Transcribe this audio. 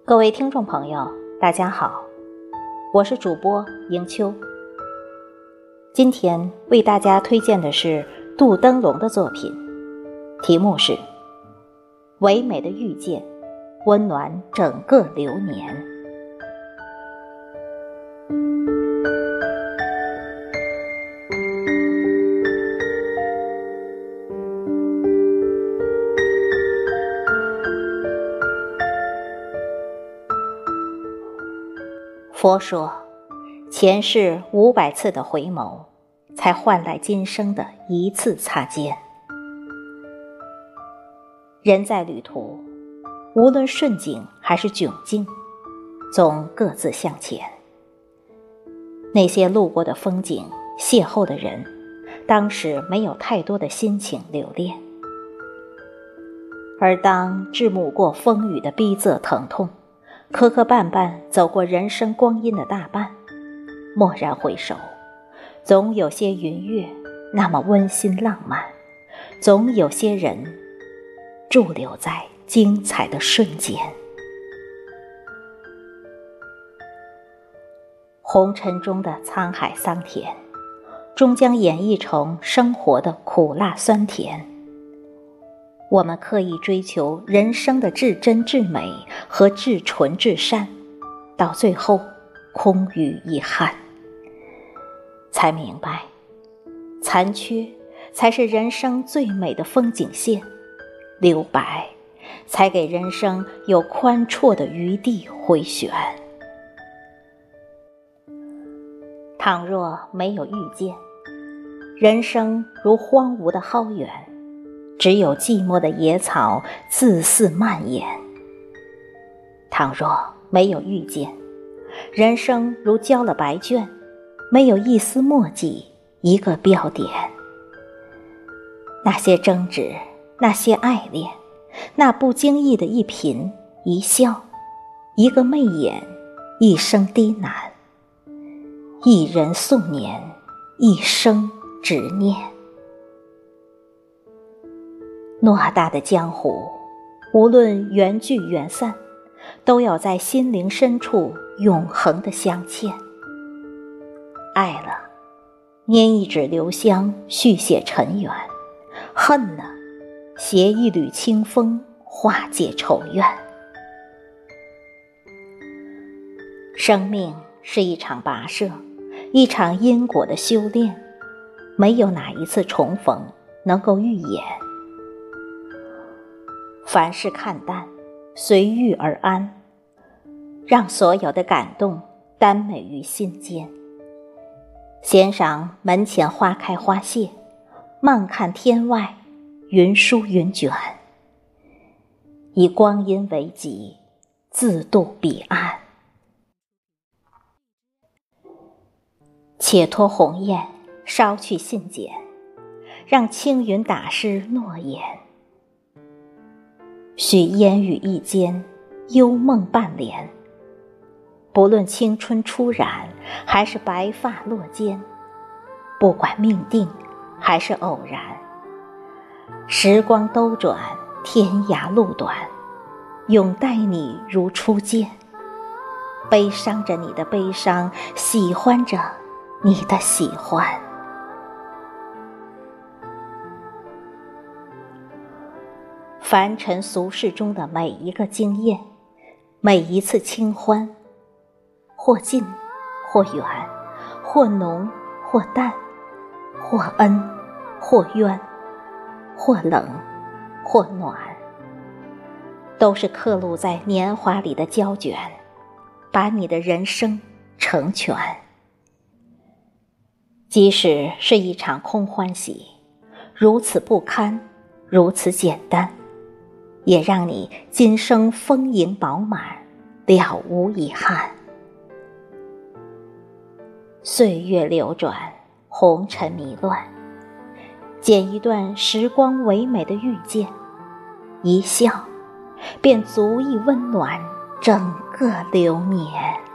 各位听众朋友，大家好，我是主播迎秋。今天为大家推荐的是杜登龙的作品，题目是《唯美的遇见，温暖整个流年》。佛说，前世500次的回眸，才换来今生的一次擦肩。人在旅途，无论顺境还是窘境，总各自向前。那些路过的风景，邂逅的人，当时没有太多的心情留恋。而当置目过风雨的逼仄疼痛，磕磕绊绊走过人生光阴的大半，蓦然回首，总有些云月那么温馨浪漫，总有些人驻留在精彩的瞬间。红尘中的沧海桑田，终将演绎成生活的苦辣酸甜。我们刻意追求人生的至真至美和至纯至善，到最后空余遗憾，才明白残缺才是人生最美的风景线，留白才给人生有宽绰的余地回旋。倘若没有遇见，人生如荒芜的蒿原，只有寂寞的野草自肆蔓延。倘若没有遇见，人生如交了白卷，没有一丝墨迹，一个标点。那些争执，那些爱恋，那不经意的一颦一笑，一个媚眼，一声低喃，一人素年，一生执念。偌大的江湖，无论缘聚缘散，都要在心灵深处永恒的相欠。爱了，拈一纸留香，续写尘缘；恨了，携一缕清风，化解仇怨。生命是一场跋涉，一场因果的修炼，没有哪一次重逢能够预演。凡事看淡，随遇而安，让所有的感动耽美于心间。闲赏门前花开花谢，慢看天外云舒云卷，以光阴为笈，自渡彼岸。且托鸿雁捎去信笺，让青云打湿诺言。许烟雨一间，幽梦半帘。不论青春初染，还是白发落肩，不管命定还是偶然，时光兜转，天涯路短，永待你如初见。悲伤着你的悲伤，喜欢着你的喜欢。凡尘俗世中的每一个经验，每一次清欢，或近或远，或浓或淡，或恩或怨，或冷或暖，都是刻录在年华里的胶卷，把你的人生成全。即使是一场空欢喜，如此不堪，如此简单，也让你今生丰盈饱满，了无遗憾。岁月流转，红尘迷乱，捡一段时光唯美的遇见，一笑便足以温暖整个流年。